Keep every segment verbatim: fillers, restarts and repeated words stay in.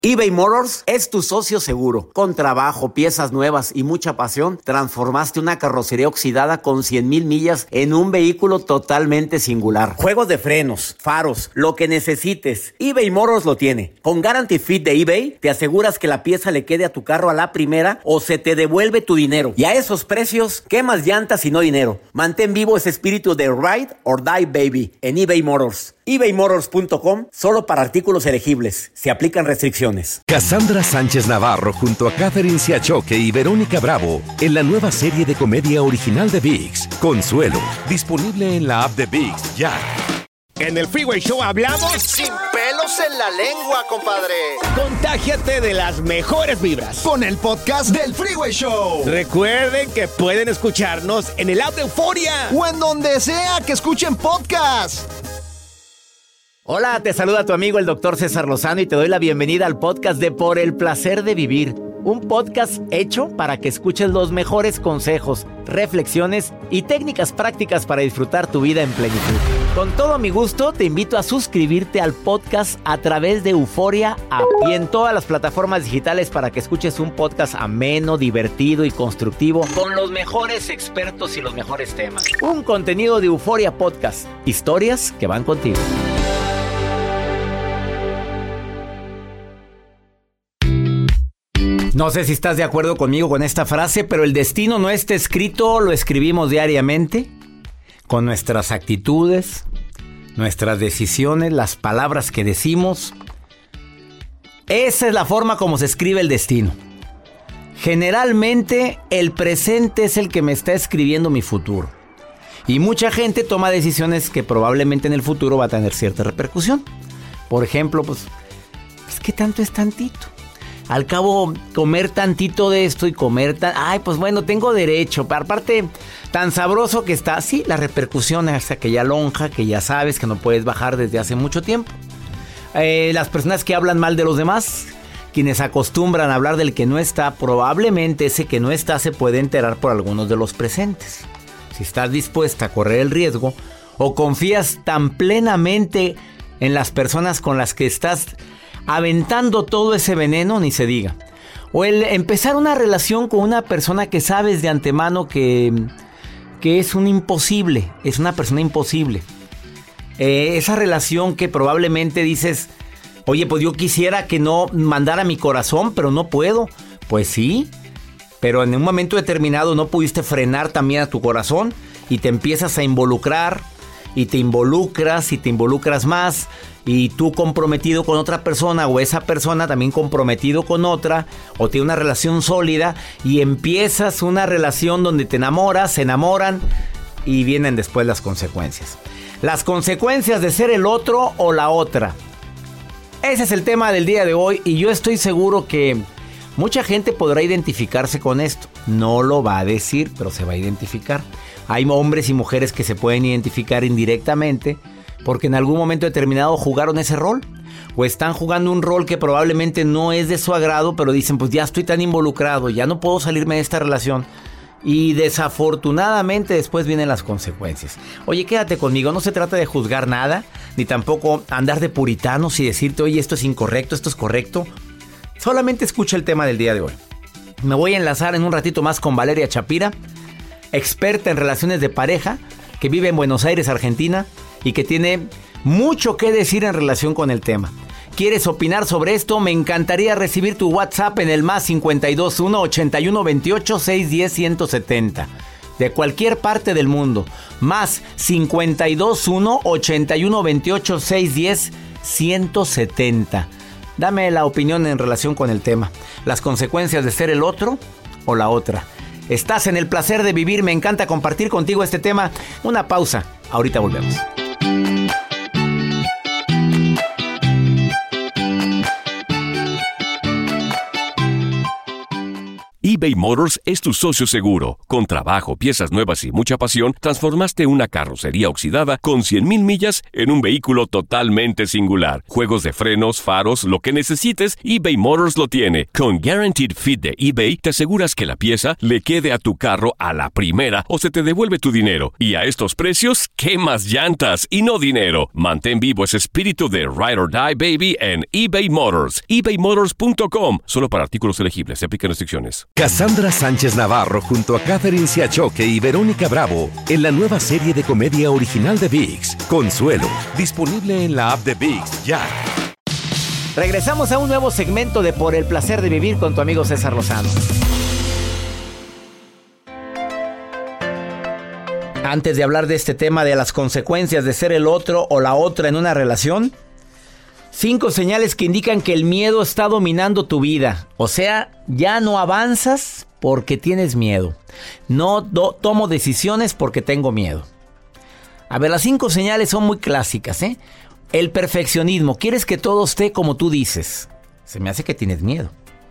eBay Motors es tu socio seguro. Con trabajo, piezas nuevas y mucha pasión, transformaste una carrocería oxidada con cien mil millas en un vehículo totalmente singular. Juegos de frenos, faros, lo que necesites, eBay Motors lo tiene. Con Guarantee Fit de eBay, te aseguras que la pieza le quede a tu carro a la primera o se te devuelve tu dinero. Y a esos precios, ¿qué más llantas y no dinero? Mantén vivo ese espíritu de Ride or Die Baby en eBay Motors. ebay motors punto com, solo para artículos elegibles. Se aplican restricciones. Cassandra Sánchez Navarro junto a Catherine Siachoque y Verónica Bravo en la nueva serie de comedia original de ViX, Consuelo, disponible en la app de ViX ya. En el Freeway Show hablamos sin pelos en la lengua, compadre. Contágiate de las mejores vibras con el podcast del Freeway Show. Recuerden que pueden escucharnos en el app de Euforia o en donde sea que escuchen podcast. Hola, te saluda tu amigo el doctor César Lozano y te doy la bienvenida al podcast de Por el Placer de Vivir. Un podcast hecho para que escuches los mejores consejos, reflexiones y técnicas prácticas para disfrutar tu vida en plenitud. Con todo mi gusto, te invito a suscribirte al podcast a través de Euforia App y en todas las plataformas digitales para que escuches un podcast ameno, divertido y constructivo con los mejores expertos y los mejores temas. Un contenido de Euforia Podcast. Historias que van contigo. No sé si estás de acuerdo conmigo con esta frase, pero el destino no está escrito, lo escribimos diariamente, con nuestras actitudes, nuestras decisiones, las palabras que decimos. Esa es la forma como se escribe el destino. Generalmente, el presente es el que me está escribiendo mi futuro. Y mucha gente toma decisiones que probablemente en el futuro va a tener cierta repercusión. Por ejemplo, pues, es que tanto es tantito. Al cabo, comer tantito de esto y comer tan... Ay, pues bueno, tengo derecho. Aparte, tan sabroso que está. Sí, la repercusión es aquella lonja que ya sabes que no puedes bajar desde hace mucho tiempo. Eh, las personas que hablan mal de los demás, quienes acostumbran a hablar del que no está, probablemente ese que no está se puede enterar por algunos de los presentes. Si estás dispuesta a correr el riesgo o confías tan plenamente en las personas con las que estás aventando todo ese veneno, ni se diga. O el empezar una relación con una persona que sabes de antemano que, que es un imposible, es una persona imposible. Eh, esa relación que probablemente dices, oye, pues yo quisiera que no mandara mi corazón, pero no puedo. Pues sí, pero en un momento determinado no pudiste frenar también a tu corazón y te empiezas a involucrar y te involucras y te involucras más. Y tú comprometido con otra persona o esa persona también comprometido con otra o tiene una relación sólida y empiezas una relación donde te enamoras, se enamoran y vienen después las consecuencias. Las consecuencias de ser el otro o la otra. Ese es el tema del día de hoy y yo estoy seguro que mucha gente podrá identificarse con esto. No lo va a decir, pero se va a identificar. Hay hombres y mujeres que se pueden identificar indirectamente porque en algún momento determinado jugaron ese rol o están jugando un rol que probablemente no es de su agrado, pero dicen, pues ya estoy tan involucrado, ya no puedo salirme de esta relación. Y desafortunadamente después vienen las consecuencias. Oye, quédate conmigo, no se trata de juzgar nada, ni tampoco andar de puritanos y decirte, oye, esto es incorrecto, esto es correcto. Solamente escucha el tema del día de hoy. Me voy a enlazar en un ratito más con Valeria Chapira, experta en relaciones de pareja, que vive en Buenos Aires, Argentina, y que tiene mucho que decir en relación con el tema. ¿Quieres opinar sobre esto? Me encantaría recibir tu WhatsApp en el más cincuenta y dos uno, ochenta y uno, veintiocho, seiscientos diez, ciento setenta. De cualquier parte del mundo. Más cincuenta y dos uno, ochenta y uno, veintiocho, seiscientos diez, ciento setenta. Dame la opinión en relación con el tema. Las consecuencias de ser el otro o la otra. Estás en el placer de vivir. Me encanta compartir contigo este tema. Una pausa. Ahorita volvemos. eBay Motors es tu socio seguro. Con trabajo, piezas nuevas y mucha pasión, transformaste una carrocería oxidada con cien mil millas en un vehículo totalmente singular. Juegos de frenos, faros, lo que necesites, eBay Motors lo tiene. Con Guaranteed Fit de eBay, te aseguras que la pieza le quede a tu carro a la primera o se te devuelve tu dinero. Y a estos precios, ¿qué más llantas y no dinero? Mantén vivo ese espíritu de Ride or Die, baby, en eBay Motors. ebay motors punto com. Solo para artículos elegibles. Se aplican restricciones. Cassandra Sánchez Navarro junto a Catherine Siachoque y Verónica Bravo en la nueva serie de comedia original de ViX, Consuelo. Disponible en la app de ViX ya. Regresamos a un nuevo segmento de Por el Placer de Vivir con tu amigo César Lozano. Antes de hablar de este tema de las consecuencias de ser el otro o la otra en una relación, cinco señales que indican que el miedo está dominando tu vida. O sea, ya no avanzas porque tienes miedo. No do- tomo decisiones porque tengo miedo. A ver, las cinco señales son muy clásicas, ¿eh? El perfeccionismo. Quieres que todo esté como tú dices. Se me hace que tienes miedo.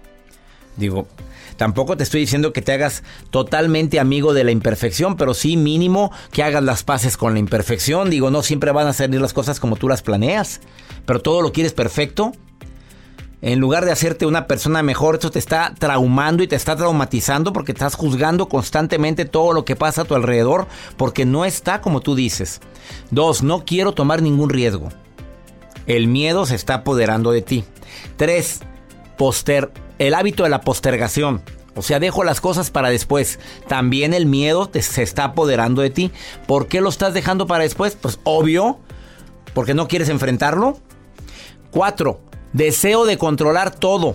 Digo, tampoco te estoy diciendo que te hagas totalmente amigo de la imperfección, pero sí mínimo que hagas las paces con la imperfección. Digo, no siempre van a salir las cosas como tú las planeas, pero todo lo quieres perfecto. En lugar de hacerte una persona mejor, esto te está traumando y te está traumatizando porque estás juzgando constantemente todo lo que pasa a tu alrededor porque no está como tú dices. Dos, no quiero tomar ningún riesgo. El miedo se está apoderando de ti. Tres, poster, el hábito de la postergación. O sea, dejo las cosas para después. También el miedo te, se está apoderando de ti. ¿Por qué lo estás dejando para después? Pues obvio, porque no quieres enfrentarlo. Cuatro, deseo de controlar todo,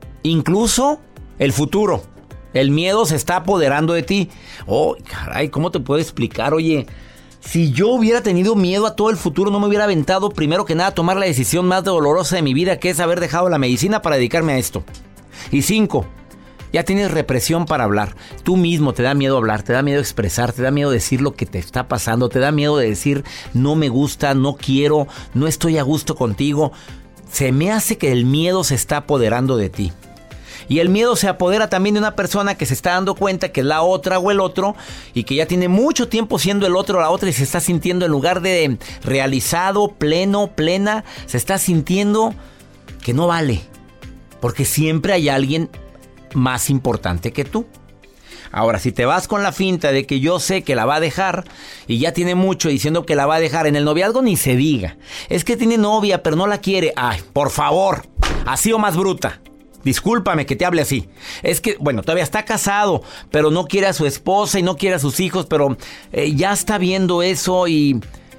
incluso el futuro. El miedo se está apoderando de ti. Oh, caray, ¿cómo te puedo explicar? Oye, si yo hubiera tenido miedo a todo el futuro, no me hubiera aventado primero que nada a tomar la decisión más dolorosa de mi vida, que es haber dejado la medicina para dedicarme a esto. Y cinco, ya tienes represión para hablar. Tú mismo te da miedo hablar, te da miedo expresar, te da miedo decir lo que te está pasando, te da miedo de decir no me gusta, no quiero, no estoy a gusto contigo. Se me hace que el miedo se está apoderando de ti. Y el miedo se apodera también de una persona que se está dando cuenta que es la otra o el otro y que ya tiene mucho tiempo siendo el otro o la otra y se está sintiendo, en lugar de realizado, pleno, plena, se está sintiendo que no vale. Porque siempre hay alguien más importante que tú. Ahora, si te vas con la finta de que yo sé que la va a dejar y ya tiene mucho diciendo que la va a dejar en el noviazgo, ni se diga. Es que tiene novia, pero no la quiere. Ay, por favor, así o más bruta. Discúlpame que te hable así. Es que, bueno, todavía está casado, pero no quiere a su esposa y no quiere a sus hijos, pero eh, ya está viendo eso y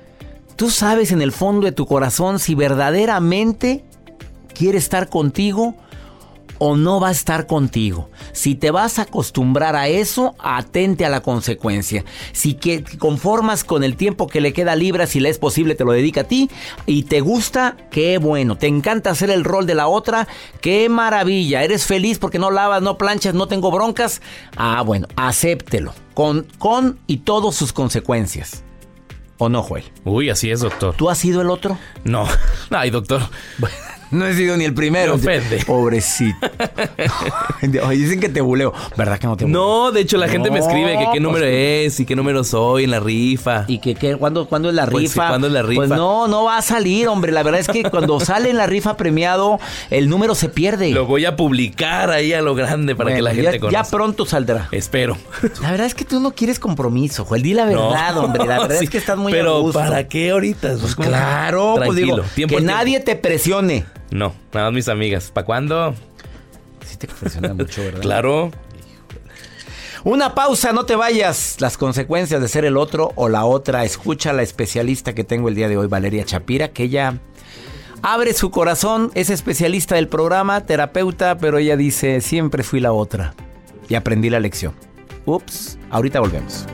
tú sabes en el fondo de tu corazón si verdaderamente quiere estar contigo o no va a estar contigo. Si te vas a acostumbrar a eso, atente a la consecuencia. Si que conformas con el tiempo que le queda libre, si le es posible, te lo dedica a ti y te gusta, qué bueno. Te encanta hacer el rol de la otra, qué maravilla. Eres feliz porque no lavas, no planchas, no tengo broncas. Ah, bueno, acéptelo. Con, con y todas sus consecuencias. ¿O no, Joel? Uy, así es, doctor. ¿Tú has sido el otro? No. Ay, doctor. No he sido ni el primero. Me ofende. Pobrecito. Dicen que te buleo. ¿Verdad que no te buleo? No, de hecho la no, gente me escribe que qué número pues, es y qué número soy en la rifa. ¿Y que qué? ¿Cuándo, ¿Cuándo es la rifa? Pues sí, ¿cuándo es la rifa? Pues no, no va a salir, hombre. La verdad es que cuando sale en la rifa premiado, el número se pierde. Lo voy a publicar ahí a lo grande para bueno, que la gente ya, conozca. Ya pronto saldrá. Espero. La verdad es que tú no quieres compromiso, Joel. Di la verdad, no, hombre. La verdad sí, es que estás muy pero a gusto. ¿Para qué ahorita? Pues claro, pues digo, que tiempo. Nadie te presione. No, nada más mis amigas. ¿Para cuándo? Sí te presiona mucho, ¿verdad? Claro. Una pausa, no te vayas. Las consecuencias de ser el otro o la otra. Escucha a la especialista que tengo el día de hoy, Valeria Chapira, que ella abre su corazón. Es especialista del programa, terapeuta, pero ella dice, siempre fui la otra. Y aprendí la lección. Ups, ahorita volvemos.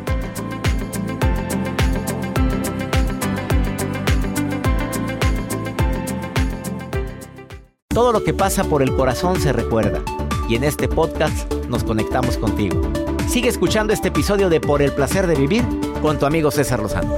Todo lo que pasa por el corazón se recuerda. Y en este podcast nos conectamos contigo. Sigue escuchando este episodio de Por el Placer de Vivir con tu amigo César Lozano.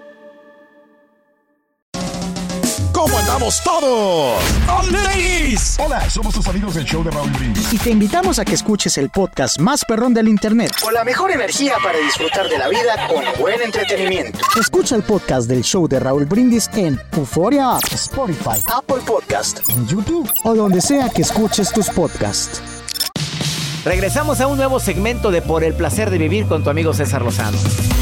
¿Cómo andamos todos? ¡Ladies! Hola, somos tus amigos del show de Raúl Brindis. Y te invitamos a que escuches el podcast más perrón del internet. Con la mejor energía para disfrutar de la vida con buen entretenimiento. Escucha el podcast del show de Raúl Brindis en Euforia App, Spotify, Apple Podcast, en YouTube o donde sea que escuches tus podcasts. Regresamos a un nuevo segmento de Por el placer de vivir con tu amigo César Lozano.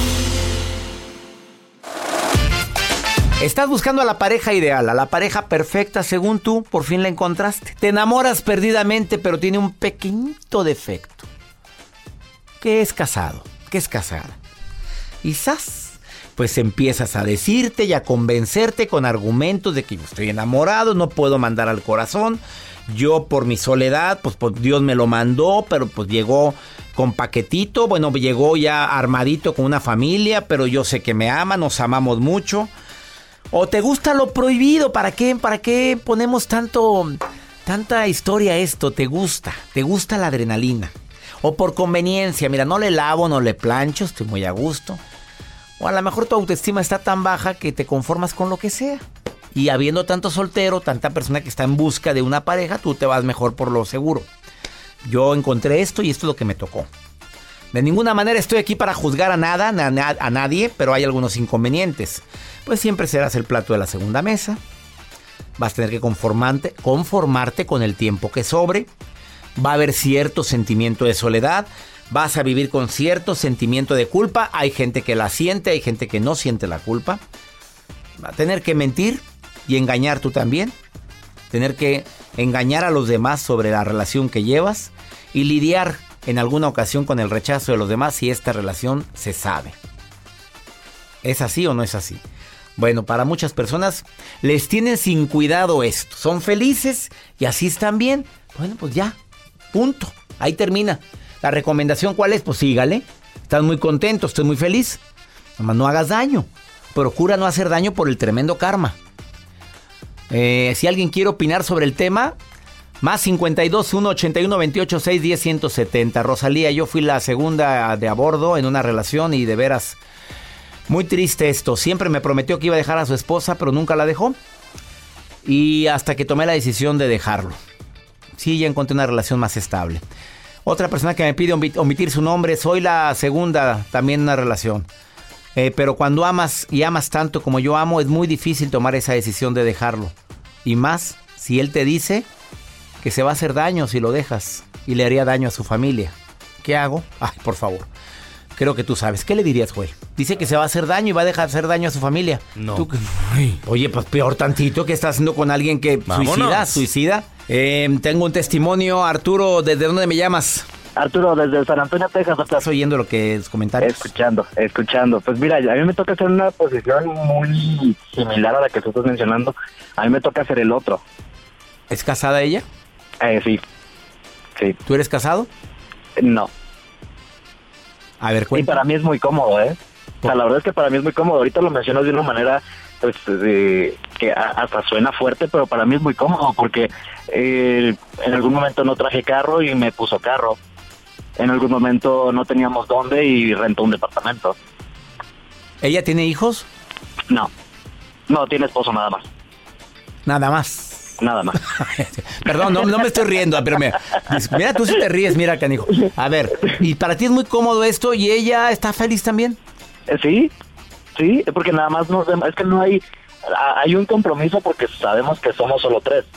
Estás buscando a la pareja ideal, a la pareja perfecta según tú, por fin la encontraste. Te enamoras perdidamente, pero tiene un pequeñito defecto. Que es casado, que es casada. Y ¡zas! Pues empiezas a decirte y a convencerte con argumentos de que yo estoy enamorado, no puedo mandar al corazón. Yo por mi soledad, pues, pues Dios me lo mandó, pero pues llegó con paquetito. Bueno, llegó ya armadito con una familia, pero yo sé que me ama, nos amamos mucho. ¿O te gusta lo prohibido? ¿Para qué, para qué ponemos tanto, tanta historia a esto? ¿Te gusta? ¿Te gusta la adrenalina? O por conveniencia, mira, no le lavo, no le plancho, estoy muy a gusto. O a lo mejor tu autoestima está tan baja que te conformas con lo que sea. Y habiendo tanto soltero, tanta persona que está en busca de una pareja, tú te vas mejor por lo seguro. Yo encontré esto y esto es lo que me tocó. De ninguna manera estoy aquí para juzgar a nada, a, a nadie, pero hay algunos inconvenientes. Pues siempre serás el plato de la segunda mesa. Vas a tener que conformarte, conformarte con el tiempo que sobre. Va a haber cierto sentimiento de soledad. Vas a vivir con cierto sentimiento de culpa. Hay gente que la siente, hay gente que no siente la culpa. Va a tener que mentir y engañar tú también. Tener que engañar a los demás sobre la relación que llevas. Y lidiar en alguna ocasión con el rechazo de los demás si esta relación se sabe. ¿Es así o no es así? Bueno, para muchas personas les tienen sin cuidado esto. Son felices y así están bien. Bueno, pues ya, punto. Ahí termina. La recomendación, ¿cuál es? Pues sígale. Estás muy contento, estoy muy feliz. Nomás no hagas daño. Procura no hacer daño por el tremendo karma. Eh, si alguien quiere opinar sobre el tema, más cincuenta y dos, uno, ochenta y uno, veintiocho, seis, diez, ciento setenta. Rosalía, yo fui la segunda de a bordo en una relación y de veras... muy triste esto. Siempre me prometió que iba a dejar a su esposa, pero nunca la dejó. Y hasta que tomé la decisión de dejarlo. Sí, ya encontré una relación más estable. Otra persona que me pide omitir su nombre. Soy la segunda también en una relación. Eh, pero cuando amas y amas tanto como yo amo, es muy difícil tomar esa decisión de dejarlo. Y más si él te dice que se va a hacer daño si lo dejas. Y le haría daño a su familia. ¿Qué hago? Ay, por favor. Creo que tú sabes. ¿Qué le dirías, Joel? Dice que se va a hacer daño y va a dejar de hacer daño a su familia. No. ¿Tú? Oye, pues peor tantito que estás haciendo con alguien que Vámonos. suicida, suicida. Eh, tengo un testimonio. Arturo, ¿desde dónde me llamas? Arturo, desde San Antonio, Texas. ¿Estás oyendo lo que es comentarios? Escuchando, escuchando. Pues mira, a mí me toca hacer una posición muy similar a la que tú estás mencionando. A mí me toca hacer el otro. ¿Es casada ella? Eh, sí. Sí. ¿Tú eres casado? No. A ver, cuéntame. Y para mí es muy cómodo, ¿eh? O sea, la verdad es que para mí es muy cómodo. Ahorita lo mencionas de una manera, pues, eh, que a, hasta suena fuerte, pero para mí es muy cómodo porque eh, en algún momento no traje carro y me puso carro. En algún momento no teníamos dónde y rentó un departamento. ¿Ella tiene hijos? No. No, tiene esposo nada más. Nada más. Nada más. Perdón, no, no me estoy riendo, pero mira, mira, tú sí te ríes, mira, canijo. A ver, ¿y para ti es muy cómodo esto y ella está feliz también? Eh, sí, sí, porque nada más nos vemos, es que no hay, hay un compromiso porque sabemos que somos solo tres,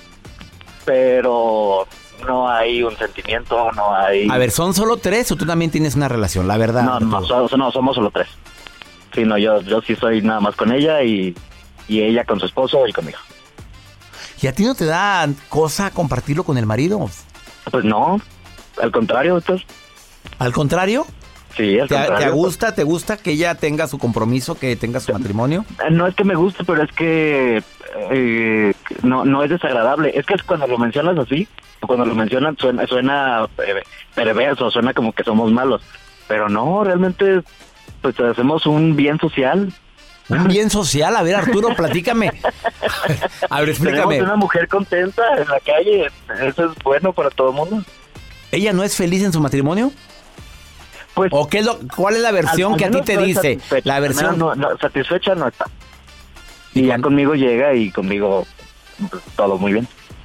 pero no hay un sentimiento, no hay... A ver, ¿son solo tres o tú también tienes una relación, la verdad? No, no, so, no somos solo tres. Sí, no, yo, yo sí soy nada más con ella y, y ella con su esposo y conmigo. ¿Y a ti no te da cosa compartirlo con el marido? Pues no, al contrario, doctor. ¿Al contrario? Sí, al ¿Te, contrario. ¿Te gusta, te gusta que ella tenga su compromiso, que tenga su matrimonio? No es que me guste, pero es que eh, no, no es desagradable. Es que es cuando lo mencionas así, cuando lo mencionan suena, suena eh, perverso, suena como que somos malos. Pero no, realmente pues hacemos un bien social. ¿Un bien social? A ver, Arturo, platícame. A ver, explícame. Tenemos una mujer contenta en la calle, eso es bueno para todo el mundo. ¿Ella no es feliz en su matrimonio? Pues, ¿O qué es lo, cuál es la versión al, que al a ti te no dice? La versión no, no, satisfecha no está. Y, y ya conmigo llega y conmigo pues, todo muy bien.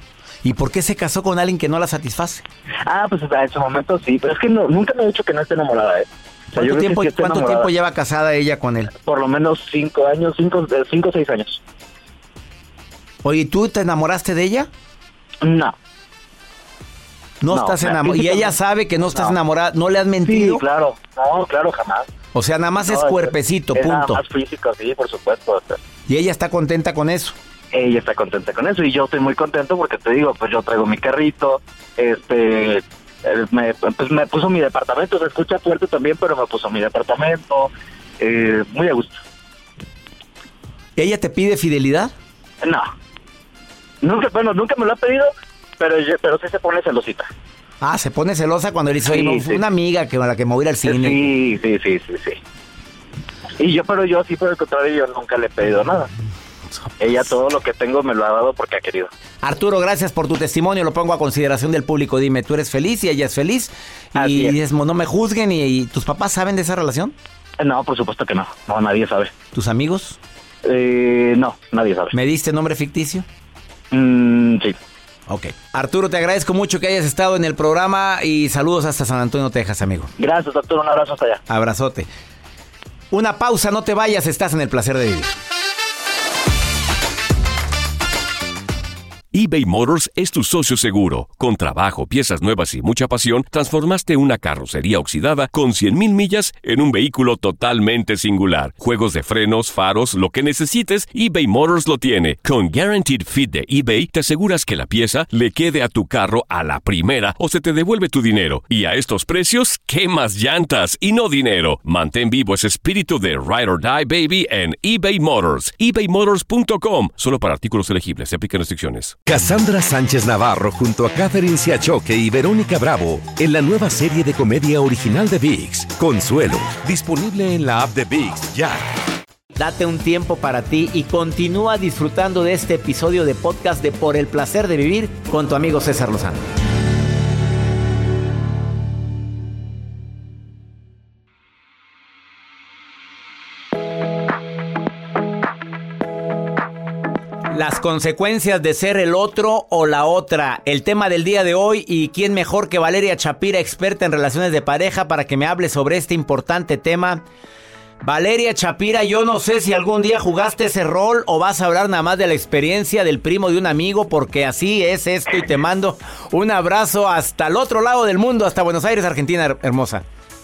¿Y por qué se casó con alguien que no la satisface? Ah, pues en su momento sí, pero es que no, nunca me he dicho que no esté enamorada, ¿eh? O sea, ¿Cuánto, yo creo tiempo, que sí está ¿cuánto enamorada. tiempo lleva casada ella con él? Por lo menos cinco años, cinco, eh, cinco o seis años. Oye, ¿tú te enamoraste de ella? No. No, No, estás me- enamorada. Y ella sabe que no estás No. enamorada. ¿No le has mentido? Sí, claro. No, claro, jamás. O sea, nada más No, es cuerpecito, es punto. nada más físico, sí, por supuesto. O sea, Y ella está contenta con eso. ella está contenta con eso y yo estoy muy contento porque te digo, pues yo traigo mi carrito, este, eh, me, pues me puso mi departamento, se escucha fuerte también, pero me puso mi departamento, eh, muy a gusto. ¿Ella te pide fidelidad? No, nunca, bueno, nunca me lo ha pedido, pero yo- pero sí se pone celosita. Ah, se pone celosa cuando le dice, Sí, oye, no, sí. una amiga que, con la que me voy a ir al cine. Sí, sí, sí, sí, sí. Y yo, pero yo sí, por el contrario, yo nunca le he pedido nada. Ella todo lo que tengo me lo ha dado porque ha querido. Arturo, gracias por tu testimonio, lo pongo a consideración del público. Dime, ¿tú eres feliz y ella es feliz? Así Y es. dices, no me juzguen. Y, y tus papás saben de esa relación? No, por supuesto que no, no, nadie sabe. ¿Tus amigos? Eh, no, nadie sabe. ¿Me diste nombre ficticio? Mm, sí. Ok. Arturo, te agradezco mucho que hayas estado en el programa y saludos hasta San Antonio, Texas, amigo. Gracias, doctor, un abrazo hasta allá. Abrazote. Una pausa, no te vayas, estás en el placer de vivir. eBay Motors es tu socio seguro. Con trabajo, piezas nuevas y mucha pasión, transformaste una carrocería oxidada con cien mil millas en un vehículo totalmente singular. Juegos de frenos, faros, lo que necesites, eBay Motors lo tiene. Con Guaranteed Fit de eBay, te aseguras que la pieza le quede a tu carro a la primera o se te devuelve tu dinero. Y a estos precios, ¿qué más llantas y no dinero? Mantén vivo ese espíritu de Ride or Die, baby, en eBay Motors. ebay motors punto com. Solo para artículos elegibles. Se aplican restricciones. Cassandra Sánchez Navarro junto a Catherine Siachoque y Verónica Bravo en la nueva serie de comedia original de ViX, Consuelo, disponible en la app de ViX ya. Date un tiempo para ti y continúa disfrutando de este episodio de podcast de Por el Placer de Vivir con tu amigo César Lozano. Las consecuencias de ser el otro o la otra. El tema del día de hoy y quién mejor que Valeria Chapira, experta en relaciones de pareja, para que me hable sobre este importante tema. Valeria Chapira, yo no sé si algún día jugaste ese rol o vas a hablar nada más de la experiencia del primo de un amigo, porque así es esto y te mando un abrazo hasta el otro lado del mundo, hasta Buenos Aires, Argentina, her- hermosa.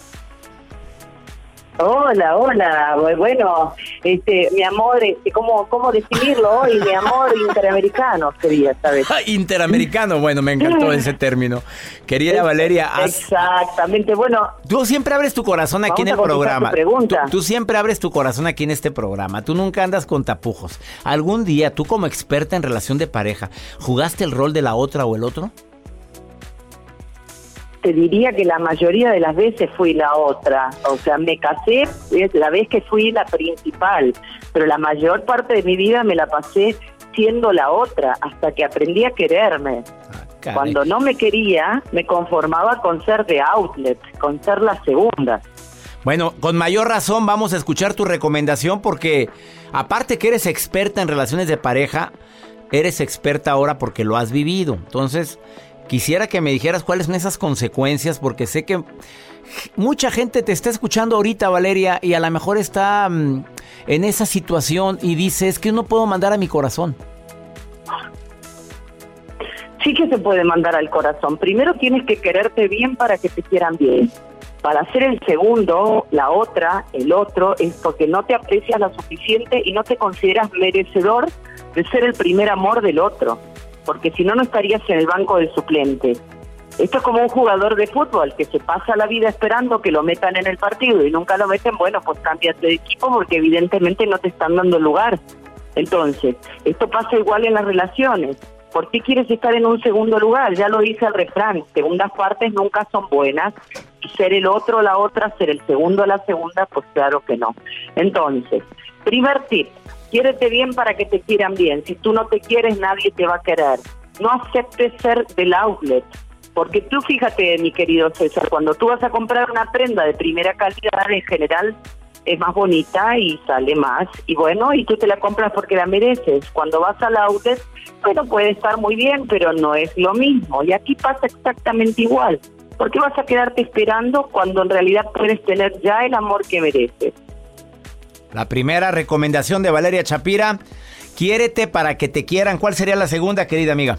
Hola, hola, bueno, este, mi amor, este, ¿cómo, cómo definirlo hoy? Mi amor interamericano sería, ¿sabes? Interamericano, bueno, me encantó ese término. Querida Valeria, haz- Exactamente, bueno. tú siempre abres tu corazón aquí Vamos en el a contestar programa. tu pregunta. Tú, tú siempre abres tu corazón aquí en este programa. Tú nunca andas con tapujos. ¿Algún día, tú como experta en relación de pareja, jugaste el rol de la otra o el otro? Te diría que la mayoría de las veces fui la otra, o sea, me casé es la vez que fui la principal, pero la mayor parte de mi vida me la pasé siendo la otra, hasta que aprendí a quererme. Caray. Cuando no me quería, me conformaba con ser de outlet, con ser la segunda. Bueno, con mayor razón vamos a escuchar tu recomendación porque aparte que eres experta en relaciones de pareja, eres experta ahora porque lo has vivido. Entonces, quisiera que me dijeras cuáles son esas consecuencias, porque sé que mucha gente te está escuchando ahorita, Valeria, y a lo mejor está mm, en esa situación y dice, es que no puedo mandar a mi corazón. Sí que se puede mandar al corazón. Primero tienes que quererte bien para que te quieran bien. Para ser el segundo, la otra, el otro, es porque no te aprecias lo suficiente y no te consideras merecedor de ser el primer amor del otro. Porque si no, no estarías en el banco del suplente. Esto es como un jugador de fútbol que se pasa la vida esperando que lo metan en el partido y nunca lo meten. Bueno, pues cámbiate de equipo porque evidentemente no te están dando lugar. Entonces, esto pasa igual en las relaciones. ¿Por qué quieres estar en un segundo lugar? Ya lo dice el refrán, segundas partes nunca son buenas, y ser el otro o la otra, ser el segundo o la segunda, pues claro que no. Entonces, primer tip, quiérete bien para que te quieran bien. Si tú no te quieres, nadie te va a querer. No aceptes ser del outlet, porque tú fíjate, mi querido César, cuando tú vas a comprar una prenda de primera calidad, en general, es más bonita y sale más. Y bueno, y tú te la compras porque la mereces. Cuando vas al outlet, bueno, puede estar muy bien, pero no es lo mismo. Y aquí pasa exactamente igual. ¿Por qué vas a quedarte esperando cuando en realidad puedes tener ya el amor que mereces? La primera recomendación de Valeria Shapira, quiérete para que te quieran. ¿Cuál sería la segunda, querida amiga?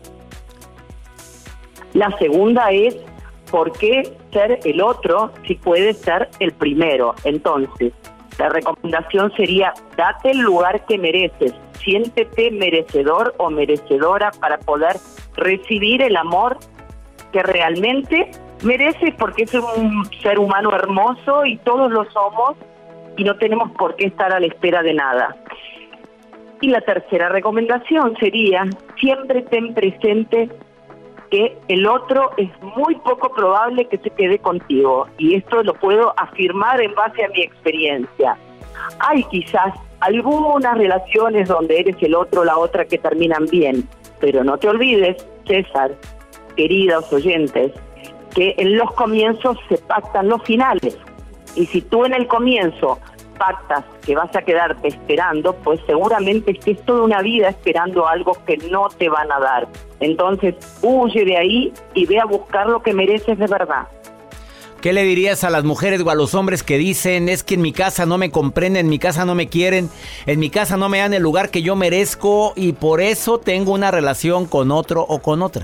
La segunda es, ¿por qué ser el otro si puedes ser el primero? Entonces, la recomendación sería, date el lugar que mereces. Siéntete merecedor o merecedora para poder recibir el amor que realmente mereces, porque es un ser humano hermoso y todos lo somos y no tenemos por qué estar a la espera de nada. Y la tercera recomendación sería, siempre ten presente que el otro es muy poco probable que se quede contigo, y esto lo puedo afirmar en base a mi experiencia. Hay quizás algunas relaciones donde eres el otro o la otra que terminan bien, pero no te olvides, César, queridos oyentes, que en los comienzos se pactan los finales, y si tú en el comienzo pactas que vas a quedarte esperando, pues seguramente estés toda una vida esperando algo que no te van a dar. Entonces, huye de ahí y ve a buscar lo que mereces de verdad. ¿Qué le dirías a las mujeres o a los hombres que dicen, es que en mi casa no me comprenden, en mi casa no me quieren, en mi casa no me dan el lugar que yo merezco y por eso tengo una relación con otro o con otra?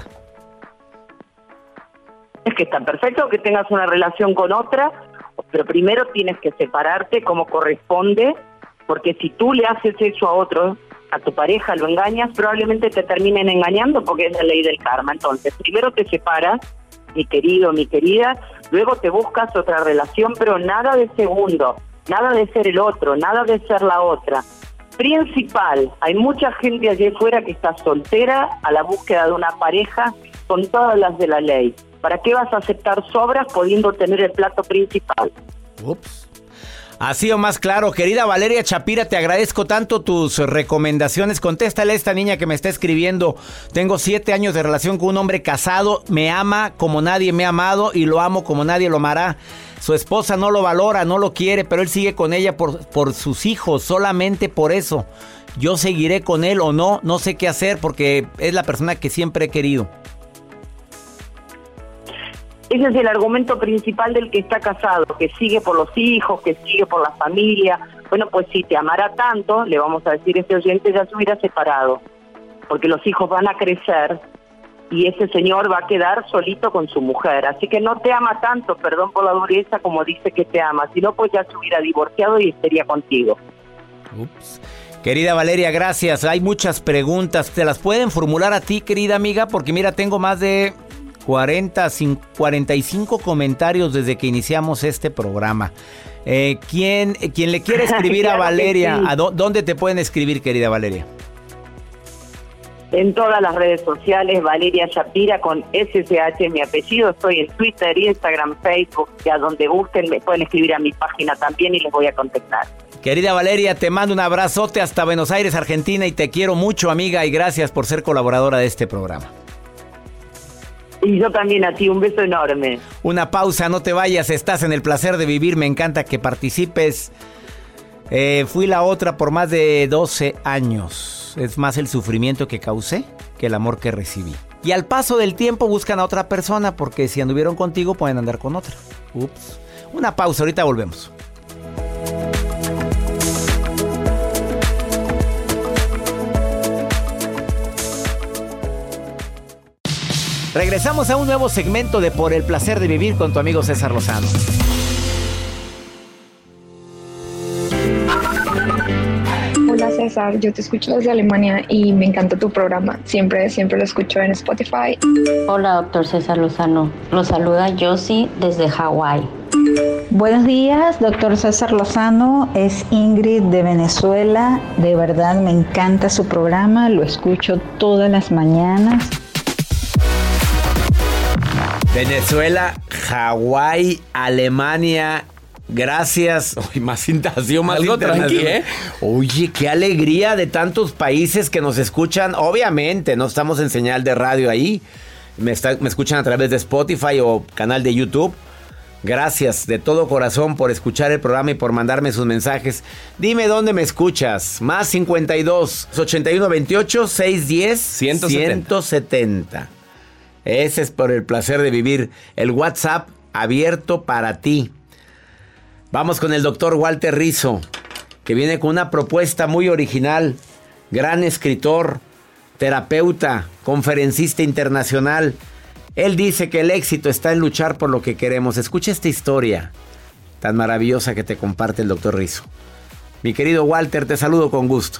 Es que está perfecto que tengas una relación con otra, pero primero tienes que separarte como corresponde, porque si tú le haces eso a otro, a tu pareja lo engañas, probablemente te terminen engañando porque es la ley del karma. Entonces, primero te separas, mi querido, mi querida, luego te buscas otra relación, pero nada de segundo, nada de ser el otro, nada de ser la otra. Principal, hay mucha gente allí afuera que está soltera a la búsqueda de una pareja con todas las de la ley. ¿Para qué vas a aceptar sobras pudiendo tener el plato principal? Ups. Así o más claro. Querida Valeria Shapira, te agradezco tanto tus recomendaciones. Contéstale a esta niña que me está escribiendo. Tengo siete años de relación con un hombre casado. Me ama como nadie me ha amado y lo amo como nadie lo amará. Su esposa no lo valora, no lo quiere, pero él sigue con ella por, por sus hijos, solamente por eso. Yo seguiré con él o no, no sé qué hacer porque es la persona que siempre he querido. Ese es el argumento principal del que está casado, que sigue por los hijos, que sigue por la familia. Bueno, pues si te amara tanto, le vamos a decir a este oyente, ya se hubiera separado, porque los hijos van a crecer y ese señor va a quedar solito con su mujer. Así que no te ama tanto, perdón por la dureza, como dice que te ama, si no, pues ya se hubiera divorciado y estaría contigo. Ups. Querida Valeria, gracias. Hay muchas preguntas. ¿Te las pueden formular a ti, querida amiga? Porque mira, tengo más de cuarenta, cuarenta y cinco comentarios desde que iniciamos este programa. Eh, ¿quién, ¿Quién le quiere escribir claro a Valeria? Sí. ¿A do, ¿Dónde te pueden escribir, querida Valeria? En todas las redes sociales, Valeria Shapira con S S H, mi apellido. Estoy en Twitter, Instagram, Facebook, ya donde gusten, me pueden escribir a mi página también y les voy a contestar. Querida Valeria, te mando un abrazote hasta Buenos Aires, Argentina, y te quiero mucho, amiga, y gracias por ser colaboradora de este programa. Y yo también a ti, un beso enorme. Una pausa, no te vayas, estás en el placer de vivir, me encanta que participes. Eh, fui la otra por más de doce años. Es más el sufrimiento que causé que el amor que recibí. Y al paso del tiempo buscan a otra persona porque si anduvieron contigo pueden andar con otra. Ups. Una pausa, ahorita volvemos. Regresamos a un nuevo segmento de Por el placer de vivir con tu amigo César Lozano. Hola César, yo te escucho desde Alemania y me encanta tu programa. Siempre, siempre lo escucho en Spotify. Hola, doctor César Lozano. Lo saluda Josie desde Hawái. Buenos días, doctor César Lozano. Es Ingrid de Venezuela. De verdad me encanta su programa. Lo escucho todas las mañanas. Venezuela, Hawái, Alemania. Gracias. Uy, más invitación, más algo tranqui, ¿eh? Oye, qué alegría de tantos países que nos escuchan. Obviamente, no estamos en señal de radio ahí. Me, está, me escuchan a través de Spotify o canal de YouTube. Gracias de todo corazón por escuchar el programa y por mandarme sus mensajes. Dime dónde me escuchas. Más cincuenta y dos, ochenta y uno, veintiocho, seiscientos diez, ciento setenta. Ese es por el placer de vivir. El WhatsApp abierto para ti. Vamos con el doctor Walter Rizzo, que viene con una propuesta muy original. Gran escritor, terapeuta, conferencista internacional. Él dice que el éxito está en luchar por lo que queremos. Escucha esta historia tan maravillosa que te comparte el doctor Rizzo. Mi querido Walter, te saludo con gusto.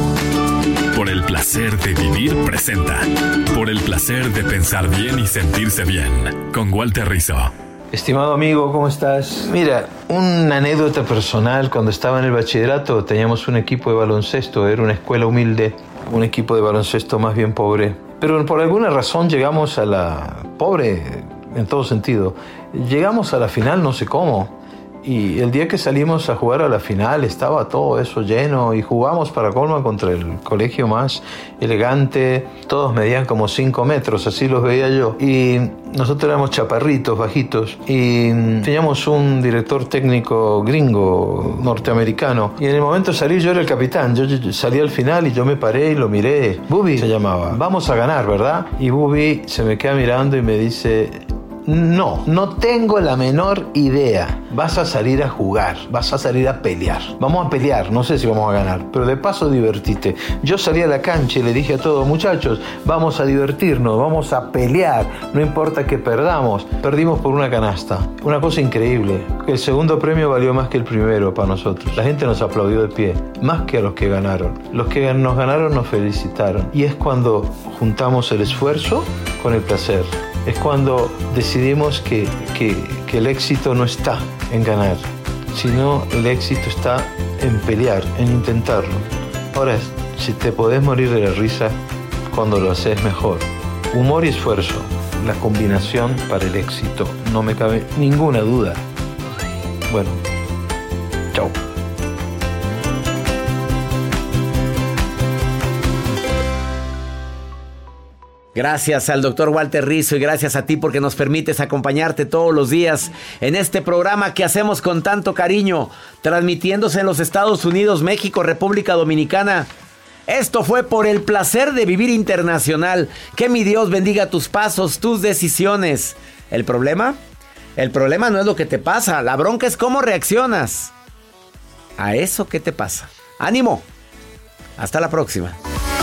Por el placer de vivir presenta. Por el placer de pensar bien y sentirse bien. Con Walter Rizzo. Estimado amigo, ¿cómo estás? Mira, una anécdota personal. Cuando estaba en el bachillerato teníamos un equipo de baloncesto. Era una escuela humilde. Un equipo de baloncesto más bien pobre. Pero por alguna razón llegamos a la... Pobre en todo sentido. Llegamos a la final, no sé cómo. Y el día que salimos a jugar a la final estaba todo eso lleno y jugamos para colmo contra el colegio más elegante. Todos medían como cinco metros, así los veía yo. Y nosotros éramos chaparritos, bajitos. Y teníamos un director técnico gringo, norteamericano. Y en el momento de salir yo era el capitán. Yo, yo salí al final y yo me paré y lo miré. Bubi se llamaba. Vamos a ganar, ¿verdad? Y Bubi se me queda mirando y me dice... No, no tengo la menor idea. Vas a salir a jugar, vas a salir a pelear. Vamos a pelear, no sé si vamos a ganar, pero de paso divertite. Yo salí a la cancha y le dije a todos, muchachos, vamos a divertirnos, vamos a pelear. No importa que perdamos. Perdimos por una canasta. Una cosa increíble. El segundo premio valió más que el primero para nosotros. La gente nos aplaudió de pie, más que a los que ganaron. Los que nos ganaron nos felicitaron. Y es cuando juntamos el esfuerzo con el placer. Es cuando decidimos que, que, que el éxito no está en ganar, sino el éxito está en pelear, en intentarlo. Ahora, si te podés morir de la risa, cuando lo haces mejor. Humor y esfuerzo, la combinación para el éxito, no me cabe ninguna duda. Bueno, chao. Gracias al doctor Walter Rizzo y gracias a ti porque nos permites acompañarte todos los días en este programa que hacemos con tanto cariño, transmitiéndose en los Estados Unidos, México, República Dominicana. Esto fue por el placer de vivir internacional. Que mi Dios bendiga tus pasos, tus decisiones. ¿El problema? El problema no es lo que te pasa, la bronca es cómo reaccionas a eso que te pasa. ¡Ánimo! Hasta la próxima.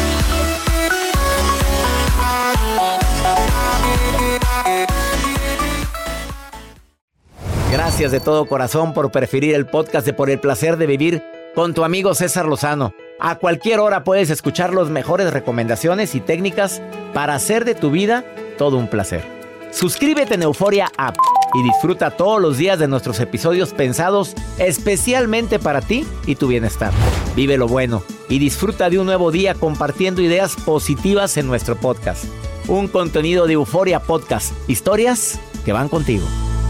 Gracias de todo corazón por preferir el podcast de Por el Placer de Vivir con tu amigo César Lozano. A cualquier hora puedes escuchar las mejores recomendaciones y técnicas para hacer de tu vida todo un placer. Suscríbete en Euforia App y disfruta todos los días de nuestros episodios pensados especialmente para ti y tu bienestar. Vive lo bueno y disfruta de un nuevo día compartiendo ideas positivas en nuestro podcast. Un contenido de Euforia Podcast. Historias que van contigo.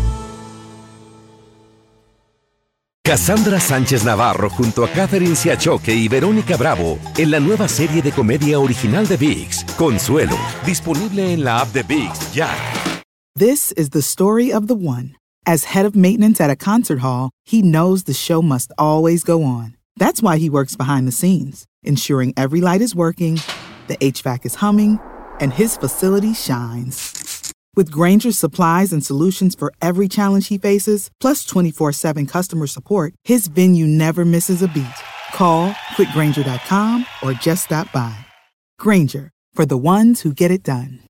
Cassandra Sánchez Navarro junto a Catherine Siachoque y Verónica Bravo en la nueva serie de comedia original de ViX, Consuelo, disponible en la app de ViX ya. This is the story of the one. As head of maintenance at a concert hall, he knows the show must always go on. That's why he works behind the scenes, ensuring every light is working, the H V A C is humming, and his facility shines. With Grainger's supplies and solutions for every challenge he faces, plus twenty-four seven customer support, his venue never misses a beat. Call quick grainger dot com or just stop by. Grainger, for the ones who get it done.